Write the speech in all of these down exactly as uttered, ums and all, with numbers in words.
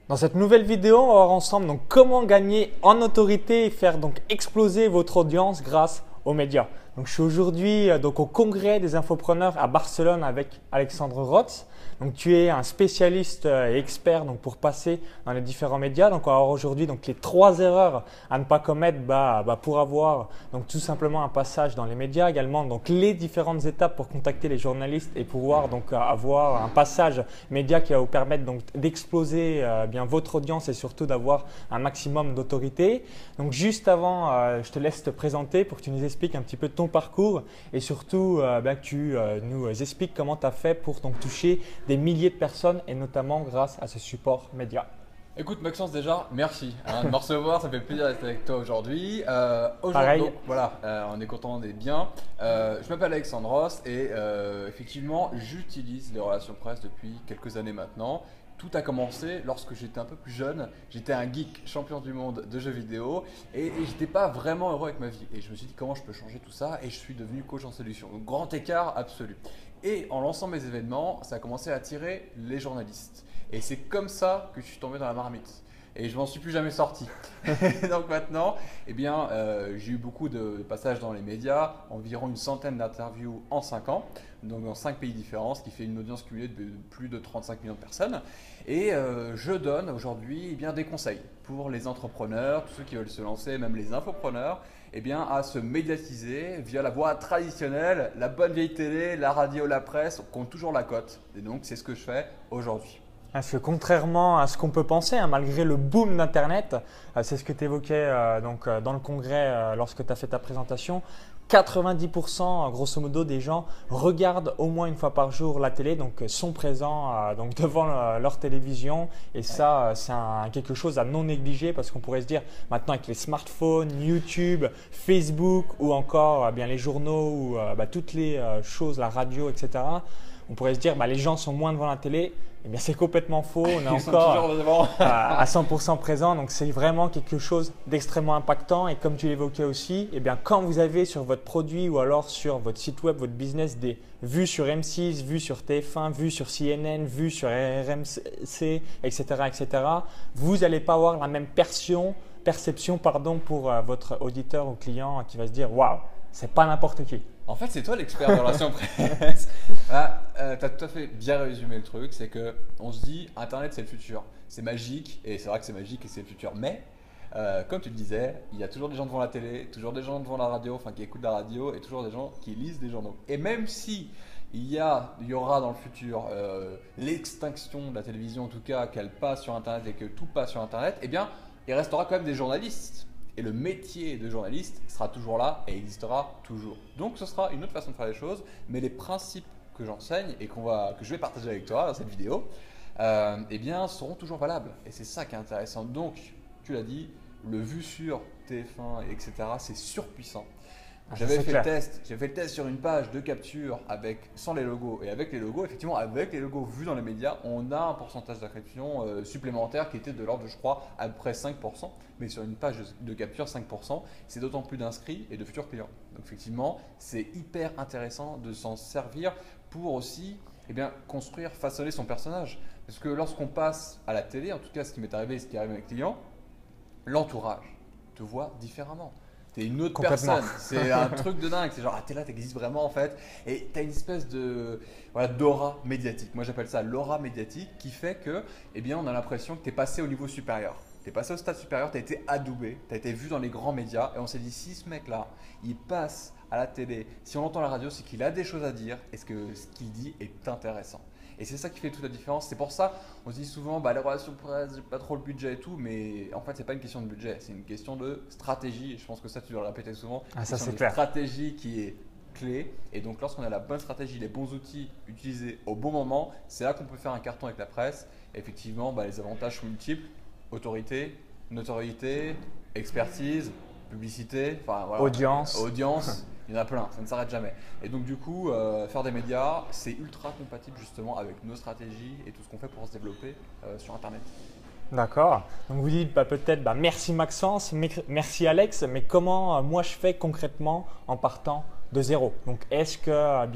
Dans cette nouvelle vidéo, on va voir ensemble donc comment gagner en autorité et faire donc exploser votre audience grâce aux médias. Donc, je suis aujourd'hui euh, donc au congrès des infopreneurs à Barcelone avec Alexandre Rotz. Donc, tu es un spécialiste euh, et expert donc, pour passer dans les différents médias. Donc, on va voir aujourd'hui donc les trois erreurs à ne pas commettre bah, bah, pour avoir donc tout simplement un passage dans les médias. Également donc les différentes étapes pour contacter les journalistes et pouvoir donc avoir un passage média qui va vous permettre donc d'exploser euh, bien votre audience et surtout d'avoir un maximum d'autorité. Donc, juste avant, euh, je te laisse te présenter pour que tu nous expliques un petit peu ton parcours et surtout euh, bah, que tu euh, nous expliques comment tu as fait pour donc toucher des milliers de personnes et notamment grâce à ce support média. Écoute Maxence, déjà merci hein, de me recevoir, ça fait plaisir d'être avec toi aujourd'hui. Euh, Pareil. donc, voilà, euh, on est content d'être bien. Euh, je m'appelle Alexandre Rotz et euh, effectivement j'utilise les relations presse depuis quelques années maintenant. Tout a commencé lorsque j'étais un peu plus jeune, j'étais un geek champion du monde de jeux vidéo et, et j'étais pas vraiment heureux avec ma vie. Et je me suis dit comment je peux changer tout ça et je suis devenu coach en solution. Donc grand écart absolu. Et en lançant mes événements, ça a commencé à attirer les journalistes. Et c'est comme ça que je suis tombé dans la marmite. Et je m'en suis plus jamais sorti. Donc maintenant, eh bien, euh, j'ai eu beaucoup de passages dans les médias, environ une centaine d'interviews en cinq ans, donc dans cinq pays différents, ce qui fait une audience cumulée de plus de trente-cinq millions de personnes. Et euh, je donne aujourd'hui eh bien, des conseils pour les entrepreneurs, tous ceux qui veulent se lancer, même les infopreneurs, eh bien, à se médiatiser via la voie traditionnelle, la bonne vieille télé, la radio, la presse, on compte toujours la cote. Et donc, c'est ce que je fais aujourd'hui. Parce que contrairement à ce qu'on peut penser, hein, malgré le boom d'Internet, euh, c'est ce que tu évoquais euh, donc, euh, dans le congrès euh, lorsque tu as fait ta présentation, quatre-vingt-dix pour cent grosso modo des gens regardent au moins une fois par jour la télé, donc sont présents euh, donc devant euh, leur télévision et ça euh, c'est un, quelque chose à non négliger parce qu'on pourrait se dire maintenant avec les smartphones, YouTube, Facebook ou encore euh, bien les journaux ou euh, bah, toutes les euh, choses, la radio, et cetera. On pourrait se dire bah, les gens sont moins devant la télé. Eh bien, c'est complètement faux. On est Ils encore à, à cent pour cent présent. Donc, c'est vraiment quelque chose d'extrêmement impactant. Et comme tu l'évoquais aussi, eh bien, quand vous avez sur votre produit ou alors sur votre site web, votre business, des vues sur M six, vues sur T F un, vues sur C N N, vues sur R M C, et cetera, et cetera, vous n'allez pas avoir la même perception, perception pardon, pour euh, votre auditeur ou client qui va se dire « Waouh, c'est pas n'importe qui ». En fait, c'est toi l'expert de relations presse. Ah, euh, tu as tout à fait bien résumé le truc, c'est qu'on se dit Internet c'est le futur, c'est magique et c'est vrai que c'est magique et c'est le futur. Mais euh, comme tu le disais, il y a toujours des gens devant la télé, toujours des gens devant la radio, enfin qui écoutent la radio et toujours des gens qui lisent des journaux. Et même si il y, a, il y aura dans le futur euh, l'extinction de la télévision, en tout cas qu'elle passe sur Internet et que tout passe sur Internet, eh bien il restera quand même des journalistes. Et le métier de journaliste sera toujours là et existera toujours. Donc ce sera une autre façon de faire les choses, mais les principes que j'enseigne et qu'on va, que je vais partager avec toi dans cette vidéo, euh, eh bien, seront toujours valables. Et c'est ça qui est intéressant. Donc, tu l'as dit, le vu sur T F un, et cetera, c'est surpuissant. J'avais fait, le test, j'avais fait le test sur une page de capture avec, sans les logos et avec les logos. Effectivement, avec les logos vus dans les médias, on a un pourcentage d'inscription euh, supplémentaire qui était de l'ordre, je crois, à peu près cinq pour cent. Mais sur une page de, de capture, cinq pour cent, c'est d'autant plus d'inscrits et de futurs clients. Donc effectivement, c'est hyper intéressant de s'en servir pour aussi eh bien, construire, façonner son personnage. Parce que lorsqu'on passe à la télé, en tout cas ce qui m'est arrivé, ce qui arrive avec mes clients, l'entourage te voit différemment. T'es une autre personne, c'est un truc de dingue, c'est genre ah t'es là, t'existes vraiment en fait et t'as une espèce de voilà, d'aura médiatique, moi j'appelle ça l'aura médiatique qui fait que eh bien on a l'impression que t'es passé au niveau supérieur, t'es passé au stade supérieur, t'as été adoubé, t'as été vu dans les grands médias et on s'est dit si ce mec là il passe à la télé, si on l'entend à la radio c'est qu'il a des choses à dire et que ce qu'il dit est intéressant. Et c'est ça qui fait toute la différence. C'est pour ça on se dit souvent bah, les relations presse, j'ai pas trop le budget et tout, mais en fait c'est pas une question de budget, c'est une question de stratégie. Et je pense que ça tu dois le répéter souvent. Ah, ça c'est clair. clair. Stratégie qui est clé. Et donc lorsqu'on a la bonne stratégie, les bons outils utilisés au bon moment, c'est là qu'on peut faire un carton avec la presse. Et effectivement, bah, les avantages sont multiples. Autorité, notoriété, expertise, publicité, enfin, voilà. Audience. Audience. Il y en a plein, ça ne s'arrête jamais. Et donc du coup, euh, faire des médias, c'est ultra compatible justement avec nos stratégies et tout ce qu'on fait pour se développer euh, sur Internet. D'accord. Donc vous dites bah, peut-être bah, merci Maxence, merci Alex, mais comment euh, moi je fais concrètement en partant de zéro? Donc est-ce que euh, bien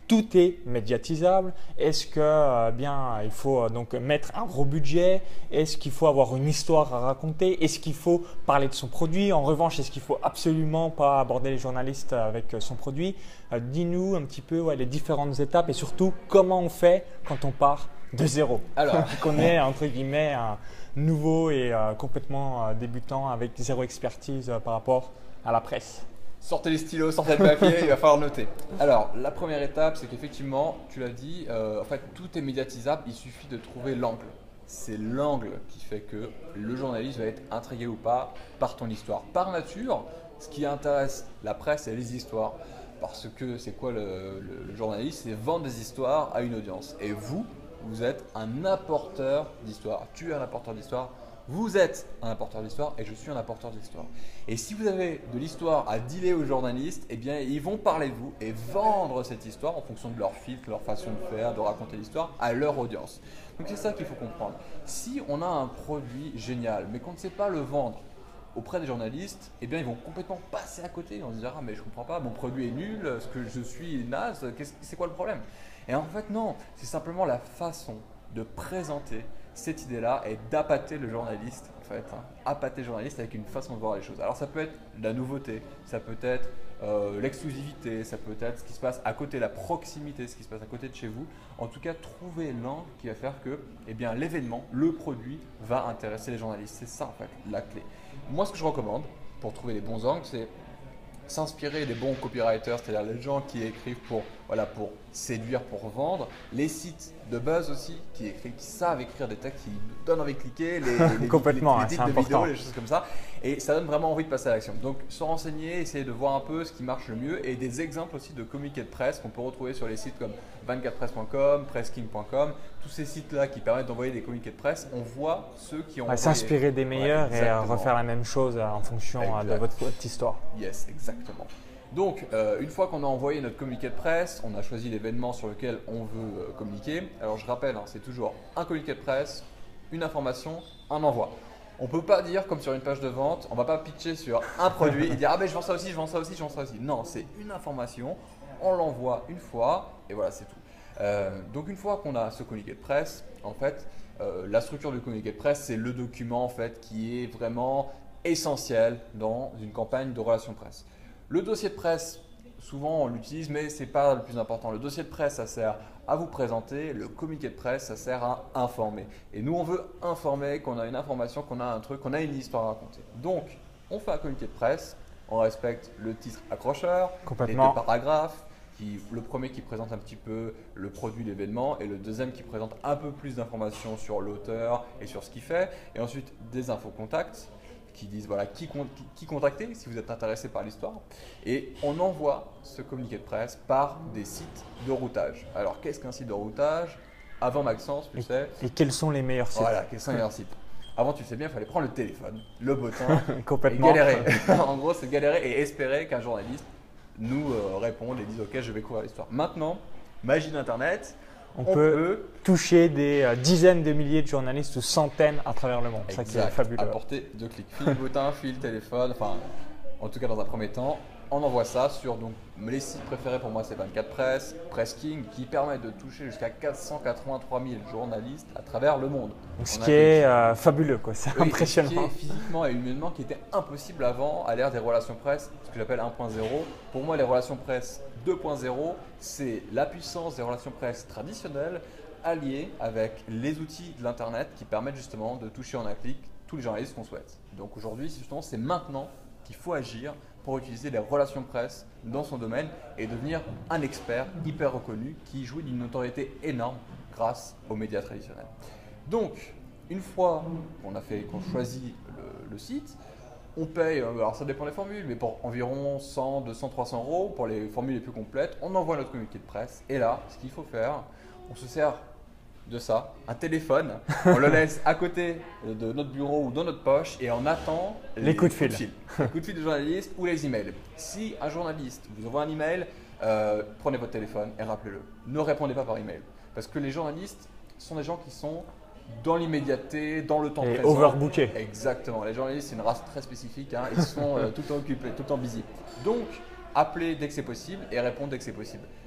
tout est médiatisable? Est-ce que euh, bien il faut euh, donc mettre un gros budget? Est-ce qu'il faut avoir une histoire à raconter? Est-ce qu'il faut parler de son produit? En revanche, est-ce qu'il faut absolument pas aborder les journalistes avec euh, son produit? Euh, dis-nous un petit peu ouais, les différentes étapes et surtout comment on fait quand on part de zéro. Alors, qu'on est entre guillemets un nouveau et euh, complètement euh, débutant avec zéro expertise euh, par rapport à la presse. sortez les stylos, sortez le papier, il va falloir noter. Alors, la première étape, c'est qu'effectivement, tu l'as dit, euh, en fait, tout est médiatisable, il suffit de trouver l'angle. C'est l'angle qui fait que le journaliste va être intrigué ou pas par ton histoire. Par nature, ce qui intéresse la presse, c'est les histoires. Parce que c'est quoi le, le, le journaliste? C'est vendre des histoires à une audience. Et vous, vous êtes un apporteur d'histoire. Tu es un apporteur d'histoire. Vous êtes un apporteur d'histoire et je suis un apporteur d'histoire. Et si vous avez de l'histoire à dealer aux journalistes, eh bien, ils vont parler de vous et vendre cette histoire en fonction de leur filtre, leur façon de faire, de raconter l'histoire à leur audience. Donc c'est ça qu'il faut comprendre. Si on a un produit génial, mais qu'on ne sait pas le vendre auprès des journalistes, eh bien, ils vont complètement passer à côté. On se dira, ah, mais je ne comprends pas, mon produit est nul, ce que je suis naze, c'est quoi le problème? Et en fait, non, c'est simplement la façon de présenter cette idée-là et d'appâter le journaliste, en fait, hein, appâter le journaliste avec une façon de voir les choses. Alors ça peut être la nouveauté, ça peut être euh, l'exclusivité, ça peut être ce qui se passe à côté, la proximité, ce qui se passe à côté de chez vous. En tout cas, trouver l'angle qui va faire que eh bien, l'événement, le produit va intéresser les journalistes. C'est ça en fait la clé. Moi, ce que je recommande pour trouver les bons angles, c'est s'inspirer des bons copywriters, c'est-à-dire les gens qui écrivent pour, voilà, pour séduire, pour vendre, les sites de buzz aussi, qui, écrivent, qui savent écrire des textes qui donnent envie de cliquer, les, les, Complètement, les, les, hein, titres de important. vidéos, les choses comme ça, et ça donne vraiment envie de passer à l'action. Donc se renseigner, essayer de voir un peu ce qui marche le mieux et des exemples aussi de communiqués de presse qu'on peut retrouver sur les sites comme vingt-quatre presse point com, presseking point com, tous ces sites-là qui permettent d'envoyer des communiqués de presse, on voit ceux qui ont… Ouais, s'inspirer des meilleurs ouais, et euh, refaire la même chose euh, en fonction euh, de votre, votre histoire. Yes, exactement. Donc, euh, une fois qu'on a envoyé notre communiqué de presse, on a choisi l'événement sur lequel on veut euh, communiquer. Alors, je rappelle, hein, c'est toujours un communiqué de presse, une information, un envoi. On ne peut pas dire comme sur une page de vente, on ne va pas pitcher sur un produit et dire « Ah ben je vends ça aussi, je vends ça aussi, je vends ça aussi ». Non, c'est une information, on l'envoie une fois et voilà, c'est tout. Euh, donc, une fois qu'on a ce communiqué de presse, en fait, euh, la structure du communiqué de presse, c'est le document en fait, qui est vraiment essentiel dans une campagne de relations presse. Le dossier de presse, souvent on l'utilise, mais ce n'est pas le plus important. Le dossier de presse, ça sert à vous présenter. Le communiqué de presse, ça sert à informer. Et nous, on veut informer, qu'on a une information, qu'on a un truc, qu'on a une histoire à raconter. Donc, on fait un communiqué de presse, on respecte le titre accrocheur, les deux paragraphes, qui, le premier qui présente un petit peu le produit, l'événement, et le deuxième qui présente un peu plus d'informations sur l'auteur et sur ce qu'il fait. Et ensuite, des infos contacts, qui disent voilà, qui, qui, qui contacter si vous êtes intéressé par l'histoire. Et on envoie ce communiqué de presse par des sites de routage. Alors, qu'est-ce qu'un site de routage? Avant Maxence, tu et, sais… Et quels sont les meilleurs sites? Voilà, quels sont les meilleurs sites? Avant, tu sais bien, il fallait prendre le téléphone, le bottin, Complètement. et galérer. En gros, c'est galérer et espérer qu'un journaliste nous euh, réponde et dise « Ok, je vais couvrir l'histoire ». Maintenant, magie d'Internet, On, on peut, peut toucher des euh, dizaines de milliers de journalistes ou centaines à travers le monde. C'est ça qui est fabuleux. À portée de clic. Fil bottin, fil téléphone, enfin, en tout cas dans un premier temps, on envoie ça sur donc, les sites préférés pour moi, c'est vingt-quatre presse, Presseking, qui permet de toucher jusqu'à quatre cent quatre-vingt-trois mille journalistes à travers le monde. Donc, ce qui est euh, fabuleux, quoi. C'est oui, impressionnant. Ce qui est physiquement et humainement qui était impossible avant à l'ère des relations presse, ce que j'appelle un point zéro. Pour moi, les relations presse deux point zéro, c'est la puissance des relations presse traditionnelles alliées avec les outils de l'Internet qui permettent justement de toucher en un clic tous les journalistes qu'on souhaite. Donc aujourd'hui, justement, c'est maintenant qu'il faut agir pour utiliser les relations presse dans son domaine et devenir un expert hyper reconnu qui jouit d'une notoriété énorme grâce aux médias traditionnels. Donc, une fois qu'on a fait, qu'on choisit le, le site, on paye, alors ça dépend des formules, mais pour environ cent, deux cents, trois cents euros pour les formules les plus complètes, on envoie notre communiqué de presse. Et là, ce qu'il faut faire, on se sert de ça, un téléphone, on le laisse à côté de notre bureau ou dans notre poche et on attend les, les coups de fil. Coups de fil. Les coups de fil des journalistes ou les emails. Si un journaliste vous envoie un email, euh, prenez votre téléphone et rappelez-le. Ne répondez pas par email. Parce que les journalistes sont des gens qui sont dans l'immédiateté, dans le temps et présent. Overbookés. Exactement. Les journalistes, c'est une race très spécifique. Hein. Ils sont euh, tout le temps occupés, tout le temps busy. Donc, appelez dès que c'est possible et répondez dès que c'est possible.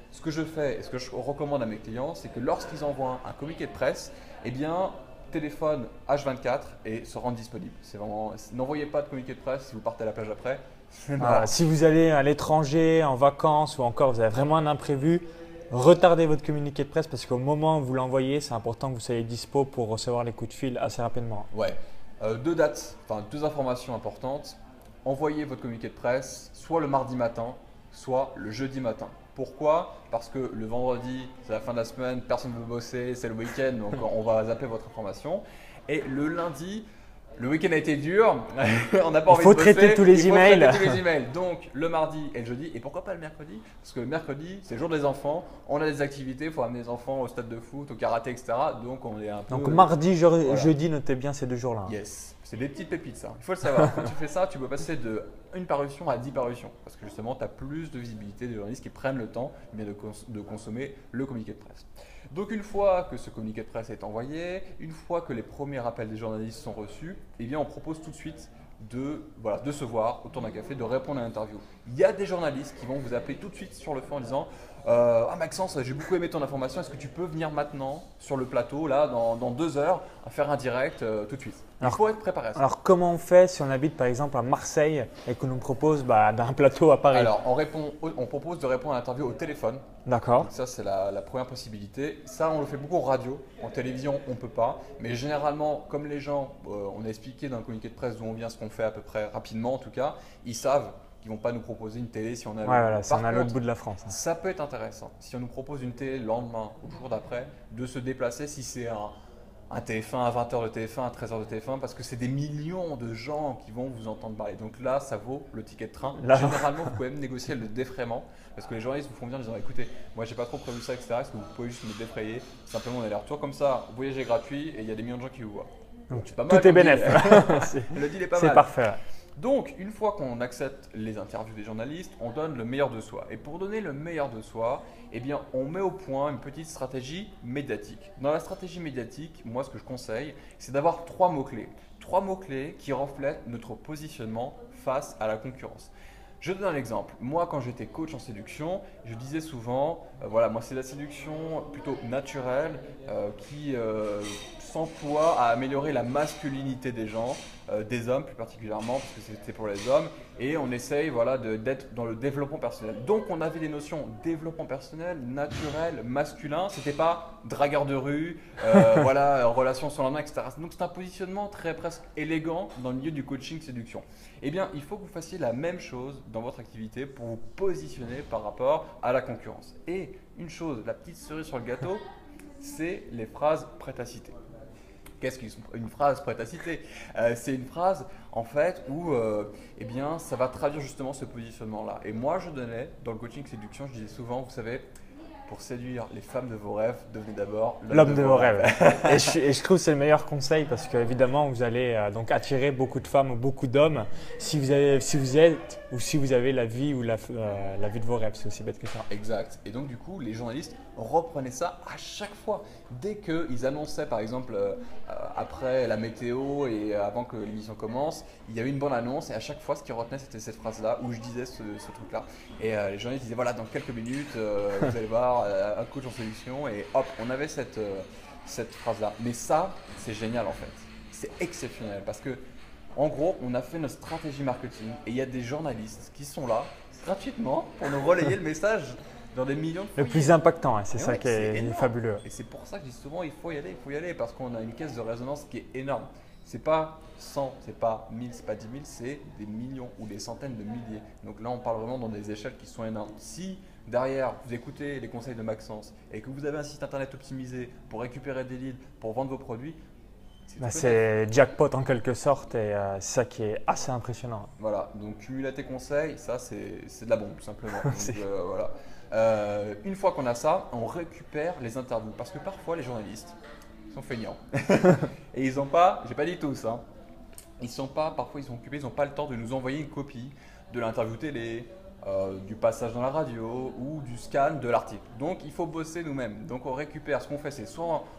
ce que je fais et ce que je recommande à mes clients, c'est que lorsqu'ils envoient un communiqué de presse, eh bien, téléphone H vingt-quatre et se rendre disponible. C'est vraiment, n'envoyez pas de communiqué de presse si vous partez à la plage après. Ah, si vous allez à l'étranger, en vacances ou encore vous avez vraiment un imprévu, retardez votre communiqué de presse parce qu'au moment où vous l'envoyez, c'est important que vous soyez dispo pour recevoir les coups de fil assez rapidement. Ouais. Euh, deux dates, enfin deux informations importantes. Envoyez votre communiqué de presse soit le mardi matin, soit le jeudi matin. Pourquoi? Parce que le vendredi, c'est la fin de la semaine, personne ne veut bosser, c'est le week-end, donc on va zapper votre information. Et le lundi, le week-end a été dur, on n'a pas envie de bosser. Il faut traiter tous les emails. Il faut traiter tous les emails. Donc le mardi et le jeudi, et pourquoi pas le mercredi? Parce que le mercredi, c'est le jour des enfants, on a des activités, il faut amener les enfants au stade de foot, au karaté, et cetera. Donc on est un peu… Donc mardi, je, voilà. jeudi, notez bien ces deux jours-là. Yes, c'est des petites pépites ça, il faut le savoir. Quand tu fais ça, tu peux passer de une parution à dix parutions. Parce que justement, tu as plus de visibilité des journalistes qui prennent le temps eh bien, de, cons de consommer le communiqué de presse. Donc une fois que ce communiqué de presse est envoyé, une fois que les premiers rappels des journalistes sont reçus, eh bien, on propose tout de suite de, voilà, de se voir autour d'un café, de répondre à l'interview. Il y a des journalistes qui vont vous appeler tout de suite sur le feu en disant euh, « Ah Maxence, j'ai beaucoup aimé ton information, est-ce que tu peux venir maintenant sur le plateau, là, dans, dans deux heures, à faire un direct euh, tout de suite ?» Il alors, faut être préparé à ça. Alors comment on fait si on habite par exemple à Marseille et qu'on nous propose bah, d'un plateau à Paris? Alors on, répond, on propose de répondre à l'interview au téléphone. D'accord. Ça c'est la, la première possibilité. Ça on le fait beaucoup en radio, en télévision on ne peut pas. Mais généralement comme les gens, euh, on a expliqué dans le communiqué de presse d'où on vient, ce qu'on fait à peu près rapidement en tout cas, ils savent qu'ils ne vont pas nous proposer une télé si on a… Ouais, voilà, si on est à l'autre bout de la France. Hein. Ça peut être intéressant, si on nous propose une télé le lendemain ou le jour d'après, de se déplacer si c'est un… un T F un à vingt heures de T F un, à treize heures de T F un, parce que c'est des millions de gens qui vont vous entendre parler. Donc là, ça vaut le ticket de train. Là. Généralement, vous pouvez même négocier le défraiement, parce que les journalistes vous font bien en disant écoutez, moi j'ai pas trop prévu ça, et cetera. Est-ce que vous pouvez juste me défrayer simplement on a les retours comme ça, vous voyagez gratuit et il y a des millions de gens qui vous voient. Donc, c'est pas tout mal, est comme bénéf. deal. Le deal est pas C'est mal. parfait. Donc, une fois qu'on accepte les interviews des journalistes, on donne le meilleur de soi. Et pour donner le meilleur de soi, eh bien, on met au point une petite stratégie médiatique. Dans la stratégie médiatique, moi, ce que je conseille, c'est d'avoir trois mots-clés. Trois mots-clés qui reflètent notre positionnement face à la concurrence. Je donne un exemple. Moi, quand j'étais coach en séduction, je disais souvent, euh, voilà, moi, c'est la séduction plutôt naturelle euh, qui euh, s'emploie à améliorer la masculinité des gens, euh, des hommes plus particulièrement, parce que c'était pour les hommes, et on essaye voilà, d'être dans le développement personnel. Donc, on avait des notions développement personnel, naturel, masculin. C'était pas dragueur de rue, euh, voilà, relation sur la main, et cetera. Donc, c'est un positionnement très presque élégant dans le milieu du coaching séduction. Eh bien, il faut que vous fassiez la même chose dans votre activité pour vous positionner par rapport à la concurrence. Et une chose, la petite cerise sur le gâteau, c'est les phrases prêtes à citer. Qu'est-ce qu'une phrase prête à citer? euh, C'est une phrase en fait où euh, eh bien, ça va traduire justement ce positionnement-là. Et moi, je donnais dans le coaching séduction, je disais souvent, vous savez, pour séduire les femmes de vos rêves, devenez d'abord l'homme de, de vos rêves. rêves. et, je, et je trouve que c'est le meilleur conseil parce qu'évidemment, vous allez euh, donc attirer beaucoup de femmes ou beaucoup d'hommes si vous, avez, si vous êtes ou si vous avez la vie ou la, euh, la vie de vos rêves. C'est aussi bête que ça. Exact. Et donc, du coup, les journalistes reprenaient ça à chaque fois. Dès qu'ils annonçaient, par exemple, euh, après la météo et avant que l'émission commence, il y avait une bonne annonce et à chaque fois, ce qu'ils retenaient, c'était cette phrase-là où je disais ce, ce truc-là. Et euh, les journalistes disaient, voilà, dans quelques minutes, euh, vous allez voir un coach en séduction et hop, on avait cette, euh, cette phrase-là. Mais ça, c'est génial en fait. C'est exceptionnel parce que, en gros, on a fait notre stratégie marketing et il y a des journalistes qui sont là gratuitement pour nous relayer le message dans des millions de foyers. Le plus impactant, hein, c'est ça ouais, qui est, est fabuleux. Et c'est pour ça que je dis souvent, il faut y aller, il faut y aller parce qu'on a une caisse de résonance qui est énorme. C'est pas cent, c'est pas mille, c'est pas dix mille, c'est des millions ou des centaines de milliers. Donc là, on parle vraiment dans des échelles qui sont énormes. Si derrière, vous écoutez les conseils de Maxence et que vous avez un site internet optimisé pour récupérer des leads, pour vendre vos produits, c'est bah jackpot en quelque sorte et euh, c'est ça qui est assez impressionnant. Voilà, donc cumuler tes conseils, ça c'est de la bombe tout simplement. Donc, euh, voilà. euh, une fois qu'on a ça, on récupère les interviews parce que parfois les journalistes sont feignants et ils n'ont pas, j'ai pas dit tous, hein, ils sont pas, parfois ils sont occupés, ils n'ont pas le temps de nous envoyer une copie de l'interview télé, Euh, du passage dans la radio ou du scan de l'article. Donc il faut bosser nous-mêmes. Donc on récupère, ce qu'on fait, c'est soit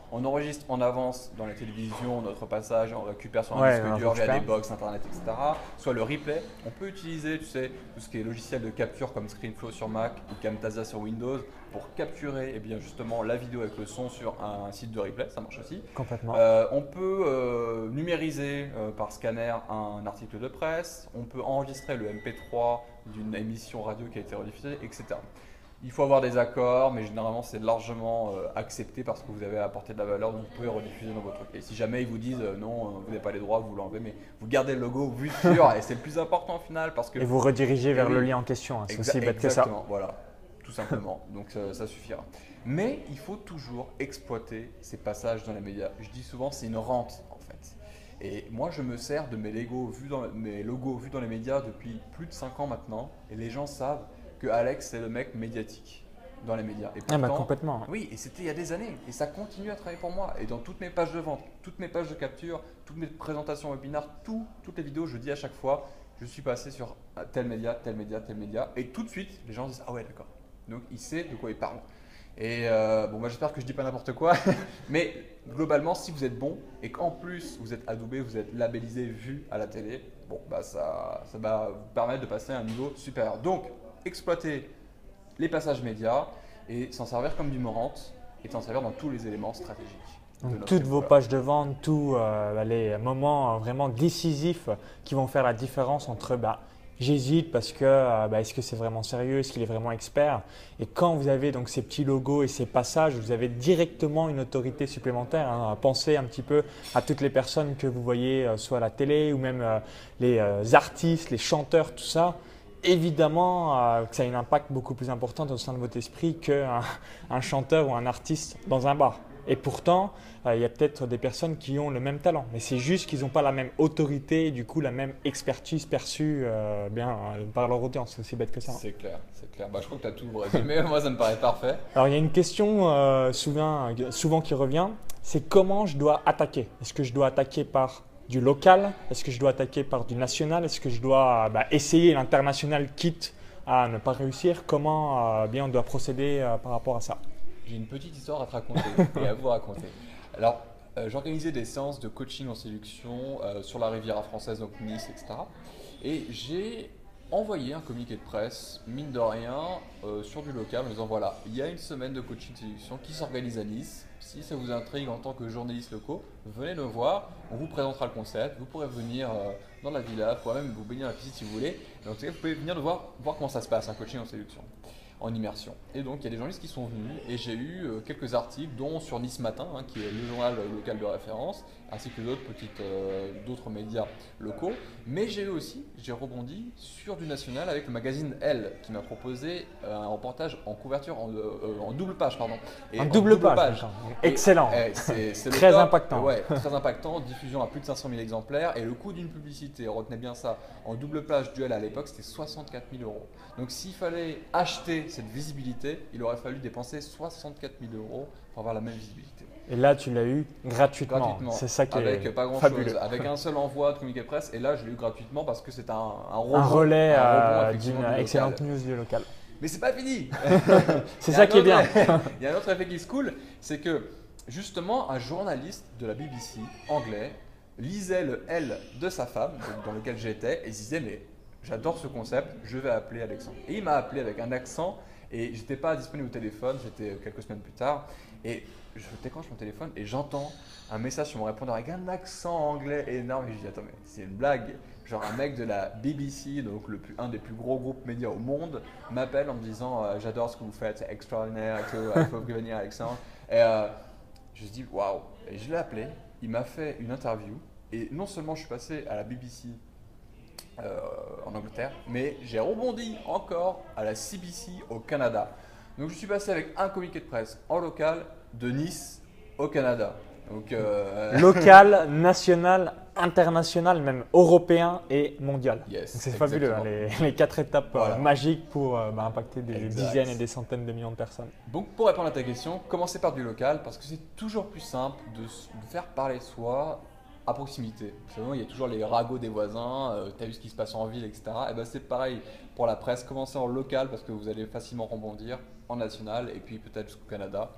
On enregistre en avance dans la télévision notre passage, on récupère sur un Ouais, disque un dur via récupère. des box internet, et cetera. Soit le replay. On peut utiliser, tu sais, tout ce qui est logiciel de capture comme ScreenFlow sur Mac ou Camtasia sur Windows pour capturer eh bien, justement la vidéo avec le son sur un site de replay, ça marche aussi. Complètement. Euh, on peut euh, numériser euh, par scanner un article de presse, on peut enregistrer le M P trois d'une émission radio qui a été rediffusée, et cetera. Il faut avoir des accords, mais généralement c'est largement euh, accepté parce que vous avez apporté de la valeur, donc vous pouvez rediffuser dans votre truc. Et si jamais ils vous disent euh, non, euh, vous n'avez pas les droits, vous l'enlevez, mais vous gardez le logo vue sur, et c'est le plus important au final parce que… Et vous redirigez vers oui. le lien en question. Hein. C'est Exa- aussi bête que ça. Exactement, voilà, tout simplement. Donc ça, ça suffira. Mais il faut toujours exploiter ces passages dans les médias. Je dis souvent, c'est une rente en fait. Et moi, je me sers de mes, logos vus dans, mes logos vus dans les médias depuis plus de cinq ans maintenant. Et les gens savent que Alex, c'est le mec médiatique dans les médias. Et Ah bah, pourtant, complètement. oui, et c'était il y a des années. Et ça continue à travailler pour moi. Et dans toutes mes pages de vente, toutes mes pages de capture, toutes mes présentations webinaires, tout, toutes les vidéos, je dis à chaque fois, je suis passé sur tel média, tel média, tel média. Et tout de suite, les gens disent, ah ouais, d'accord. Donc, il sait de quoi il parle. Et euh, bon, moi j'espère que je dis pas n'importe quoi, mais globalement, si vous êtes bon et qu'en plus vous êtes adoubé, vous êtes labellisé, vu à la télé, bon, bah ça, ça va vous permettre de passer à un niveau supérieur. Donc, exploiter les passages médias et s'en servir comme du morant et s'en servir dans tous les éléments stratégiques. de Donc, notre toutes vos école. pages de vente, tous euh, les moments euh, vraiment décisifs qui vont faire la différence entre bah, j'hésite parce que euh, bah, est-ce que c'est vraiment sérieux, est-ce qu'il est vraiment expert. Et quand vous avez donc ces petits logos et ces passages, vous avez directement une autorité supplémentaire. Hein. Pensez un petit peu à toutes les personnes que vous voyez euh, soit à la télé ou même euh, les euh, artistes, les chanteurs, tout ça. Évidemment euh, que ça a un impact beaucoup plus important au sein de votre esprit qu'un un chanteur ou un artiste dans un bar. Et pourtant, euh, il y a peut-être des personnes qui ont le même talent, mais c'est juste qu'ils n'ont pas la même autorité et du coup la même expertise perçue euh, bien, euh, par leur audience. C'est aussi bête que ça. C'est clair, c'est clair. Bah, je crois que tu as tout résumé, moi ça me paraît parfait. Alors il y a une question euh, souvent, souvent qui revient, c'est comment je dois attaquer. Est-ce que je dois attaquer par du local? Est-ce que je dois attaquer par du national? Est-ce que je dois bah, essayer l'international quitte à ne pas réussir? Comment euh, bien on doit procéder euh, par rapport à ça? J'ai une petite histoire à te raconter et à vous raconter. Alors, euh, j'organisais des séances de coaching en séduction euh, sur la Riviera française, donc Nice, et cetera. Et j'ai envoyé un communiqué de presse, mine de rien, euh, sur du local en disant voilà, il y a une semaine de coaching séduction qui s'organise à Nice. Si ça vous intrigue en tant que journaliste locaux, venez le voir, on vous présentera le concept, vous pourrez venir euh, dans la villa, vous pourrez même vous baigner dans la piscine si vous voulez. Donc, vous pouvez venir le voir, voir comment ça se passe, un coaching en séduction, en immersion. Et donc il y a des journalistes qui sont venus et j'ai eu euh, quelques articles, dont sur Nice Matin, hein, qui est le journal local de référence, ainsi que d'autres petites, euh, d'autres médias locaux. Mais j'ai eu aussi, j'ai rebondi sur du national avec le magazine Elle, qui m'a proposé euh, un reportage en couverture, en, euh, en double page, pardon. Et En double page, d'accord. Et- Excellent. eh, c'est- c'est le Très top. impactant. Ouais, très impactant. Diffusion à plus de cinq cent mille exemplaires et le coût d'une publicité, retenez bien ça, en double page duel à l'époque, c'était soixante-quatre mille euros. Donc s'il fallait acheter cette visibilité, il aurait fallu dépenser soixante-quatre mille euros pour avoir la même visibilité. Et là, tu l'as eu gratuitement. Gratuitement. C'est ça qui avec est pas grand fabuleux. chose, avec un seul envoi de communiqué de presse. Et là, je l'ai eu gratuitement parce que c'est un, un, rebond, Un relais un rebond, euh, effectivement, d'une du local. excellente news du local. Mais c'est pas fini. C'est Il y a ça un qui est bien. autre- Il y a un autre effet qui se coule, c'est que justement un journaliste de la B B C anglais lisait le L de sa femme, donc dans lequel j'étais, et il se disait mais j'adore ce concept, je vais appeler Alexandre. Et il m'a appelé avec un accent et j'étais pas disponible au téléphone, j'étais quelques semaines plus tard et je décroche mon téléphone et j'entends un message sur mon répondeur avec un accent anglais énorme et je dis attends mais c'est une blague. Genre un mec de la B B C, donc le plus, un des plus gros groupes médias au monde, m'appelle en me disant euh, j'adore ce que vous faites, c'est extraordinaire, il faut venir Alexandre. Et euh, je me dis waouh. Et je l'ai appelé, il m'a fait une interview et non seulement je suis passé à la B B C euh, en Angleterre, mais j'ai rebondi encore à la C B C au Canada. Donc je suis passé avec un communiqué de presse en local de Nice au Canada. Donc, euh, Local, national, international, même européen et mondial. Yes, Donc c'est fabuleux, hein, les, les quatre étapes Voilà. euh, magiques pour euh, bah, impacter des Exact. dizaines et des centaines de millions de personnes. Donc pour répondre à ta question, commencez par du local parce que c'est toujours plus simple de, s- de faire parler soi à proximité. Sinon, il y a toujours les ragots des voisins, euh, tu as vu ce qui se passe en ville, et cetera. Et ben c'est pareil pour la presse, commencez en local parce que vous allez facilement rebondir en national et puis peut-être jusqu'au Canada.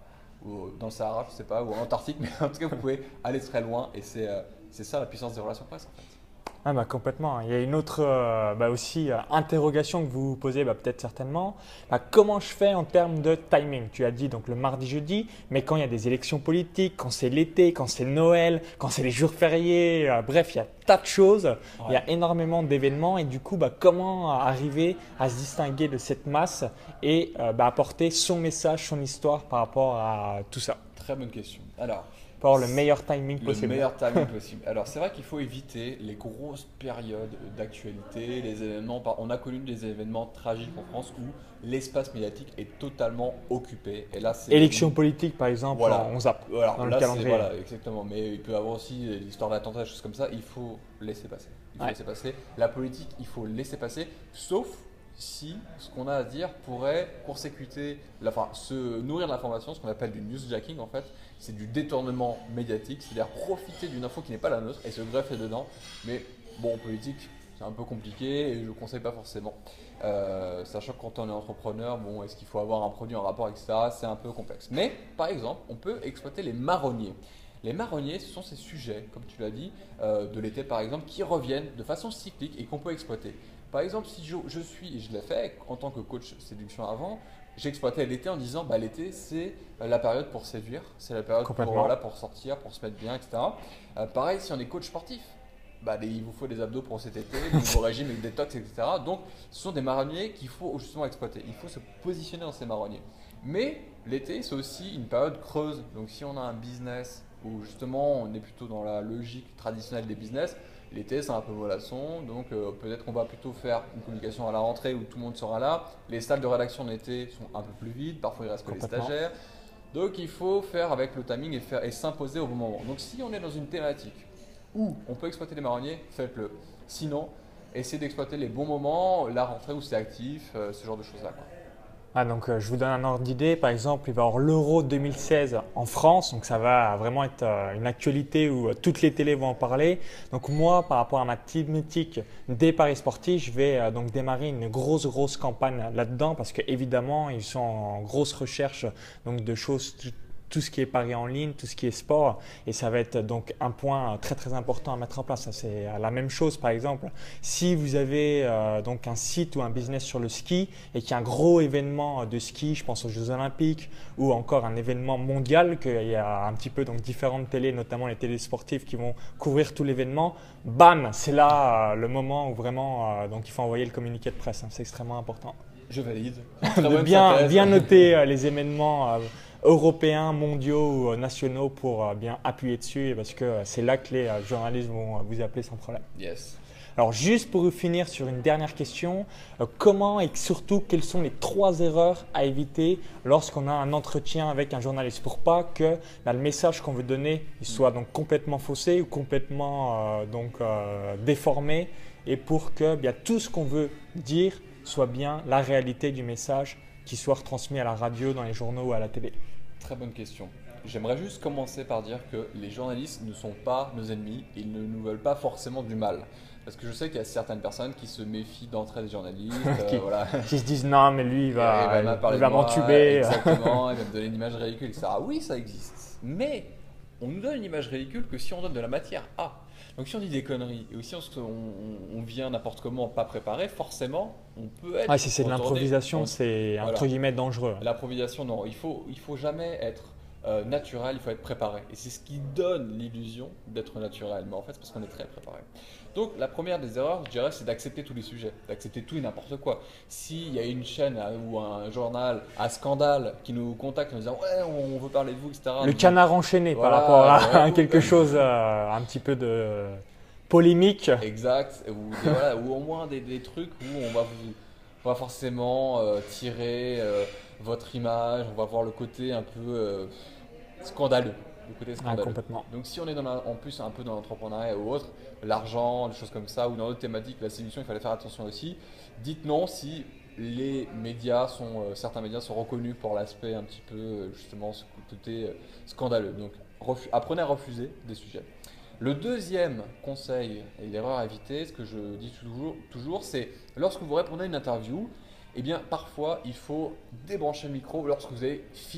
ou dans le Sahara, je sais pas, ou en Antarctique, mais en tout cas, vous pouvez aller très loin et c'est euh, c'est ça la puissance des relations presse en fait. Ah bah complètement. Il y a une autre euh, bah aussi euh, interrogation que vous vous posez bah, peut-être certainement. Bah, comment je fais en termes de timing? Tu as dit donc le mardi, jeudi, mais quand il y a des élections politiques, quand c'est l'été, quand c'est Noël, quand c'est les jours fériés, euh, bref, il y a tas de choses. Ouais. Il y a énormément d'événements et du coup, bah, comment arriver à se distinguer de cette masse et euh, bah, apporter son message, son histoire par rapport à tout ça? Très bonne question. Alors, pour avoir le meilleur timing possible. Le meilleur timing possible. Alors c'est vrai qu'il faut éviter les grosses périodes d'actualité, les événements. On a connu des événements tragiques en France où l'espace médiatique est totalement occupé. Et là, c'est élection politique par exemple, voilà. on zappe voilà. dans là, le calendrier. Voilà, exactement. Mais il peut y avoir aussi l'histoire d'attentats, des choses comme ça. Il faut laisser passer. Il faut ouais. laisser passer. La politique, il faut laisser passer, sauf si ce qu'on a à dire pourrait court-circuiter, enfin se nourrir de l'information, ce qu'on appelle du newsjacking en fait, c'est du détournement médiatique, c'est-à-dire profiter d'une info qui n'est pas la nôtre et se greffer dedans. Mais bon, en politique, c'est un peu compliqué et je ne conseille pas forcément. Euh, sachant que quand on est entrepreneur, bon, est-ce qu'il faut avoir un produit en rapport, et cetera. C'est un peu complexe. Mais par exemple, on peut exploiter les marronniers. Les marronniers, ce sont ces sujets, comme tu l'as dit, euh, de l'été par exemple, qui reviennent de façon cyclique et qu'on peut exploiter. Par exemple, si je, je suis, et je l'ai fait en tant que coach séduction avant, j'exploitais l'été en disant bah, l'été c'est la période pour séduire, c'est la période pour, voilà, pour sortir, pour se mettre bien, et cetera. Euh, pareil, si on est coach sportif, bah, les, il vous faut des abdos pour cet été, des nouveaux régimes, des détox, et cetera. Donc ce sont des marronniers qu'il faut justement exploiter. Il faut se positionner dans ces marronniers. Mais l'été c'est aussi une période creuse. Donc si on a un business où justement on est plutôt dans la logique traditionnelle des business, l'été c'est un peu mollasson, donc euh, peut-être qu'on va plutôt faire une communication à la rentrée où tout le monde sera là. Les salles de rédaction d'été sont un peu plus vides, parfois il reste que les stagiaires. Donc il faut faire avec le timing et, faire, et s'imposer au bon moment. Donc si on est dans une thématique où on peut exploiter les marronniers, faites-le. Sinon, essayez d'exploiter les bons moments, la rentrée où c'est actif, euh, ce genre de choses-là. Ah, donc, euh, je vous donne un ordre d'idée. Par exemple, il va y avoir l'Euro deux mille seize en France. Donc, ça va vraiment être euh, une actualité où euh, toutes les télés vont en parler. Donc, moi, par rapport à ma thématique des paris sportifs, je vais euh, donc démarrer une grosse, grosse campagne là-dedans parce qu'évidemment, ils sont en grosse recherche donc, de choses, tout ce qui est paris en ligne, tout ce qui est sport. Et ça va être donc un point très, très important à mettre en place. C'est la même chose, par exemple, si vous avez euh, donc un site ou un business sur le ski et qu'il y a un gros événement de ski, je pense aux Jeux Olympiques ou encore un événement mondial, qu'il y a un petit peu donc différentes télés, notamment les télés sportives qui vont couvrir tout l'événement, bam, c'est là euh, le moment où vraiment euh, donc il faut envoyer le communiqué de presse. Hein, c'est extrêmement important. Je valide. de bien, bien noter euh, les événements euh, européens, mondiaux ou nationaux pour euh, bien appuyer dessus parce que euh, c'est là que les euh, journalistes vont euh, vous appeler sans problème. Yes. Alors juste pour finir sur une dernière question, euh, comment et surtout quelles sont les trois erreurs à éviter lorsqu'on a un entretien avec un journaliste pour pas que là, le message qu'on veut donner il soit donc complètement faussé ou complètement euh, donc, euh, déformé et pour que bien, tout ce qu'on veut dire soit bien la réalité du message qui soit retransmis à la radio, dans les journaux ou à la télé. Très bonne question. J'aimerais juste commencer par dire que les journalistes ne sont pas nos ennemis, ils ne nous veulent pas forcément du mal. Parce que je sais qu'il y a certaines personnes qui se méfient d'entrée des journalistes, qui, euh, voilà. qui se disent non mais lui il va, il va, il va m'entuber. Exactement, il va me donner une image ridicule, et cetera. Oui, ça existe. Mais on nous donne une image ridicule que si on donne de la matière à. Donc si on dit des conneries et aussi on, on, on vient n'importe comment, pas préparé, forcément on peut être… Ah, si c'est de l'improvisation, c'est voilà. entre guillemets dangereux. L'improvisation, non, il faut, il faut jamais être euh, naturel, il faut être préparé. Et c'est ce qui donne l'illusion d'être naturel. Mais en fait, c'est parce qu'on est très préparé. Donc la première des erreurs, je dirais, c'est d'accepter tous les sujets, d'accepter tout et n'importe quoi. S'il y a une chaîne ou un journal à scandale qui nous contacte en disant « ouais, on veut parler de vous, et cetera » Le canard enchaîné voilà, par rapport à ouais, quelque chose, euh, un petit peu de polémique. Exact, ou, des, voilà, ou au moins des, des trucs où on va, vous, on va forcément euh, tirer euh, votre image, on va voir le côté un peu euh, scandaleux. Le côté scandaleux. Ah, complètement. Donc si on est dans la, en plus un peu dans l'entrepreneuriat ou autre, l'argent, des choses comme ça, ou dans d'autres thématiques, la séduction, il fallait faire attention aussi. Dites non si les médias sont, euh, certains médias sont reconnus pour l'aspect un petit peu euh, justement ce côté euh, scandaleux. Donc refu- apprenez à refuser des sujets. Le deuxième conseil et l'erreur à éviter, ce que je dis toujours, toujours c'est lorsque vous répondez à une interview, eh bien parfois il faut débrancher le micro lorsque vous avez fini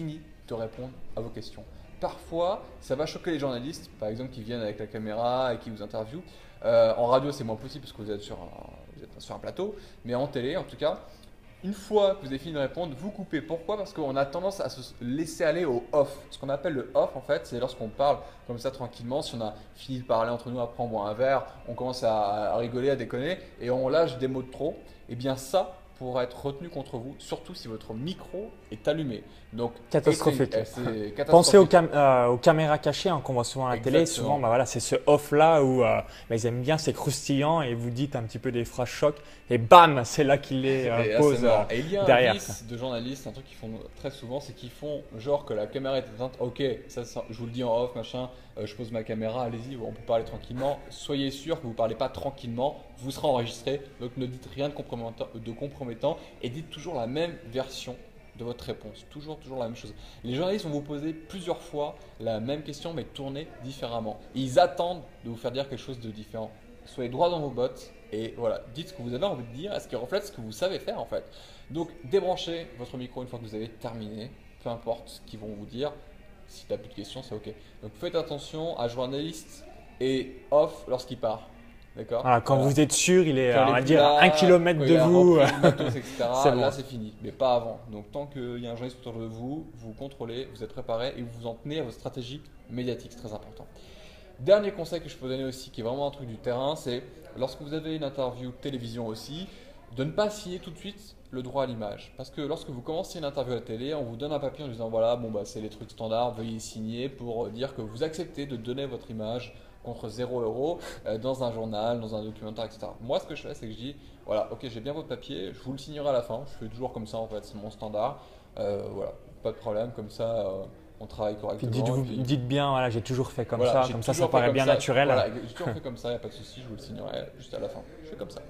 de répondre à vos questions. Parfois, ça va choquer les journalistes, par exemple, qui viennent avec la caméra et qui vous interviewent. Euh, en radio, c'est moins possible parce que vous êtes, sur un, vous êtes sur un plateau, mais en télé, en tout cas, une fois que vous avez fini de répondre, vous coupez. Pourquoi? Parce qu'on a tendance à se laisser aller au off. Ce qu'on appelle le off, en fait, c'est lorsqu'on parle comme ça tranquillement. Si on a fini de parler entre nous, après on boit un verre, on commence à, à rigoler, à déconner et on lâche des mots de trop. Et bien ça pourra être retenu contre vous, surtout si votre micro est allumé. Donc, catastrophique. C'est, c'est catastrophique. Pensez aux, cam euh, aux caméras cachées hein, qu'on voit souvent à la Exactement. télé. Souvent, bah, voilà, c'est ce off-là où euh, bah, ils aiment bien, c'est croustillant et vous dites un petit peu des phrases chocs et bam, c'est là qu'il les euh, et pose euh, et il y a derrière. un vice de journalistes, un truc qu'ils font très souvent, c'est qu'ils font genre que la caméra est éteinte. Ok, ça, ça je vous le dis en off, machin, euh, je pose ma caméra, allez-y, on peut parler tranquillement. Soyez sûr que vous ne parlez pas tranquillement, vous serez enregistré, donc ne dites rien de compromettant, de compromettant et dites toujours la même version de votre réponse, toujours, toujours la même chose. Les journalistes vont vous poser plusieurs fois la même question, mais tournée différemment. Et ils attendent de vous faire dire quelque chose de différent. Soyez droit dans vos bottes et voilà, dites ce que vous avez envie de dire, ce qui reflète ce que vous savez faire en fait. Donc débranchez votre micro une fois que vous avez terminé, peu importe ce qu'ils vont vous dire. Si tu n'as plus de questions, c'est ok. Donc faites attention à journaliste et off lorsqu'il part. D'accord. Voilà, quand voilà. vous êtes sûr, il est, Quand on va les dire, là, un kilomètre quand de il a vous. rempli le matos, et cetera, C'est là bon. c'est fini, mais pas avant. Donc tant qu'il y a un journaliste autour de vous, vous contrôlez, vous êtes préparé et vous vous en tenez à votre stratégie médiatique, c'est très important. Dernier conseil que je peux donner aussi, qui est vraiment un truc du terrain, c'est lorsque vous avez une interview télévision aussi, de ne pas signer tout de suite le droit à l'image. Parce que lorsque vous commencez une interview à la télé, on vous donne un papier en disant voilà, bon bah c'est les trucs standards, veuillez signer pour dire que vous acceptez de donner votre image contre zéro euro euh, dans un journal, dans un documentaire, et cetera. Moi, ce que je fais, c'est que je dis voilà, ok, j'ai bien votre papier, je vous le signerai à la fin. Je fais toujours comme ça en fait, c'est mon standard. Euh, voilà, pas de problème, comme ça euh, on travaille correctement. Puis dites, puis, dites bien, voilà, j'ai toujours fait comme voilà, ça, comme ça, ça toujours fait paraît comme bien ça. naturel. Voilà, j'ai toujours fait comme ça, il n'y a pas de souci, je vous le signerai juste à la fin. Je fais comme ça.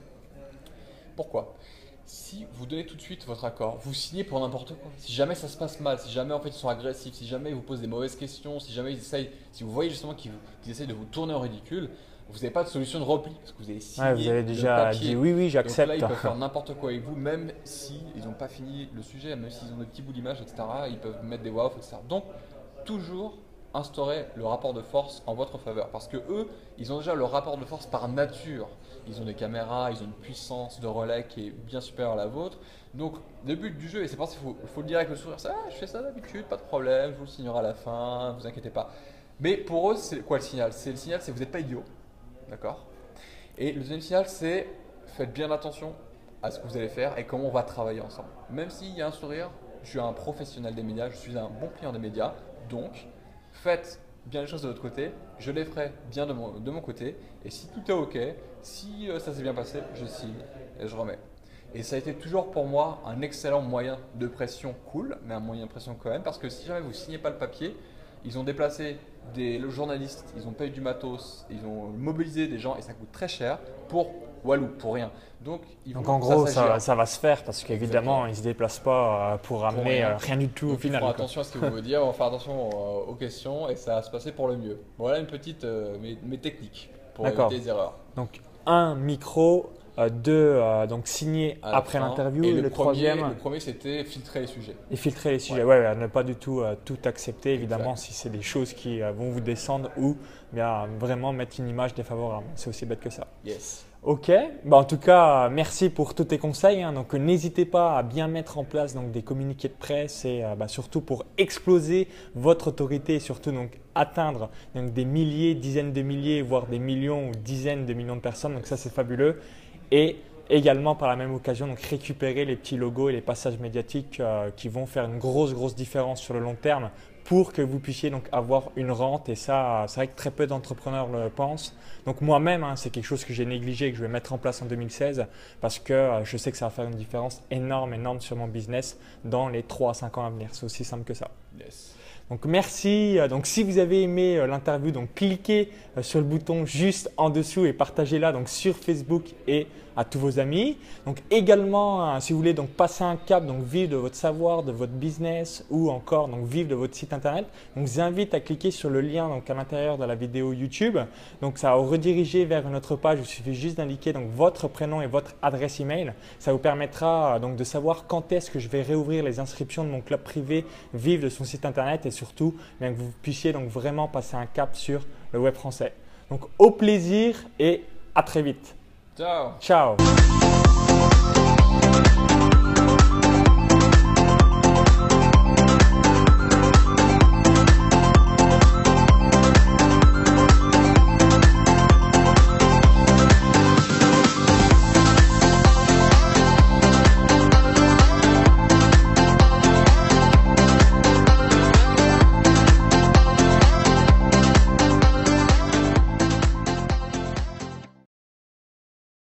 Pourquoi? Si vous donnez tout de suite votre accord, vous signez pour n'importe quoi. Si jamais ça se passe mal, si jamais en fait ils sont agressifs, si jamais ils vous posent des mauvaises questions, si jamais ils essayent, si vous voyez justement qu'ils, qu'ils essayent de vous tourner en ridicule, vous n'avez pas de solution de repli parce que vous avez signé Ouais, vous avez le déjà papier. dit oui, oui, j'accepte. Donc là, ils peuvent faire n'importe quoi avec vous, même s'ils n'ont pas fini le sujet, même s'ils ont des petits bouts d'image, et cetera. Ils peuvent mettre des voix off, et cetera. Donc, toujours instaurer le rapport de force en votre faveur parce que eux, ils ont déjà le rapport de force par nature. Ils ont des caméras, ils ont une puissance de relais qui est bien supérieure à la vôtre. Donc, le but du jeu, et c'est pour ça qu'il faut, faut le dire avec le sourire, c'est ah, je fais ça d'habitude, pas de problème, je vous le signerai à la fin, ne vous inquiétez pas. Mais pour eux, c'est quoi le signal? C'est le signal, c'est que vous n'êtes pas idiot, d'accord? Et le deuxième signal, c'est faites bien attention à ce que vous allez faire et comment on va travailler ensemble. Même s'il y a un sourire, je suis un professionnel des médias, je suis un bon client des médias, donc faites bien les choses de votre côté, je les ferai bien de mon, de mon côté, et si tout est ok, si euh, ça s'est bien passé, je signe et je remets. Et ça a été toujours pour moi un excellent moyen de pression cool, mais un moyen de pression quand même, parce que si jamais vous ne signez pas le papier, ils ont déplacé des journalistes, ils ont payé du matos, ils ont mobilisé des gens et ça coûte très cher pour walou, pour rien. Donc, ils Donc vont, en gros, ça, ça, ça va se faire parce qu'évidemment, ils ne se déplacent pas euh, pour ramener rien. euh, rien du tout Donc, au final. Ils font quoi. attention à ce que vous voulez dire, on va faire attention euh, aux questions et ça va se passer pour le mieux. Voilà une petite euh, mes, mes techniques pour D'accord. éviter les erreurs. Donc un micro, euh, deux euh, donc signé À la après fin. l'interview, Et le, le, troisième, premier, le premier, c'était filtrer les sujets. et filtrer les sujets. Ouais. Ouais, ouais, ne pas du tout euh, tout accepter évidemment Exact. si c'est des choses qui euh, vont vous descendre ou bien vraiment mettre une image défavorable. C'est aussi bête que ça. Yes. Ok, bah, en tout cas, merci pour tous tes conseils. Hein. Donc, n'hésitez pas à bien mettre en place donc, des communiqués de presse et euh, bah, surtout pour exploser votre autorité et surtout donc, atteindre donc, des milliers, dizaines de milliers, voire des millions ou dizaines de millions de personnes. Donc, ça, c'est fabuleux. Et également, par la même occasion, donc, récupérer les petits logos et les passages médiatiques euh, qui vont faire une grosse, grosse différence sur le long terme pour que vous puissiez donc avoir une rente et ça, c'est vrai que très peu d'entrepreneurs le pensent. Donc moi-même, hein, c'est quelque chose que j'ai négligé et que je vais mettre en place en deux mille seize parce que euh, je sais que ça va faire une différence énorme, énorme sur mon business dans les trois à cinq ans à venir. C'est aussi simple que ça. Yes. Donc merci. Donc si vous avez aimé euh, l'interview, donc cliquez euh, sur le bouton juste en dessous et partagez-la donc sur Facebook et à tous vos amis. Donc également, hein, si vous voulez donc passer un cap, donc vivre de votre savoir, de votre business ou encore donc vivre de votre site internet. Donc, je vous invite à cliquer sur le lien donc, à l'intérieur de la vidéo YouTube. Donc, ça va vous rediriger vers une autre page. Il suffit juste d'indiquer donc, votre prénom et votre adresse email. Ça vous permettra donc, de savoir quand est-ce que je vais réouvrir les inscriptions de mon club privé Vive de son site internet et surtout bien, que vous puissiez donc, vraiment passer un cap sur le web français. Donc, au plaisir et à très vite. Ciao. Ciao.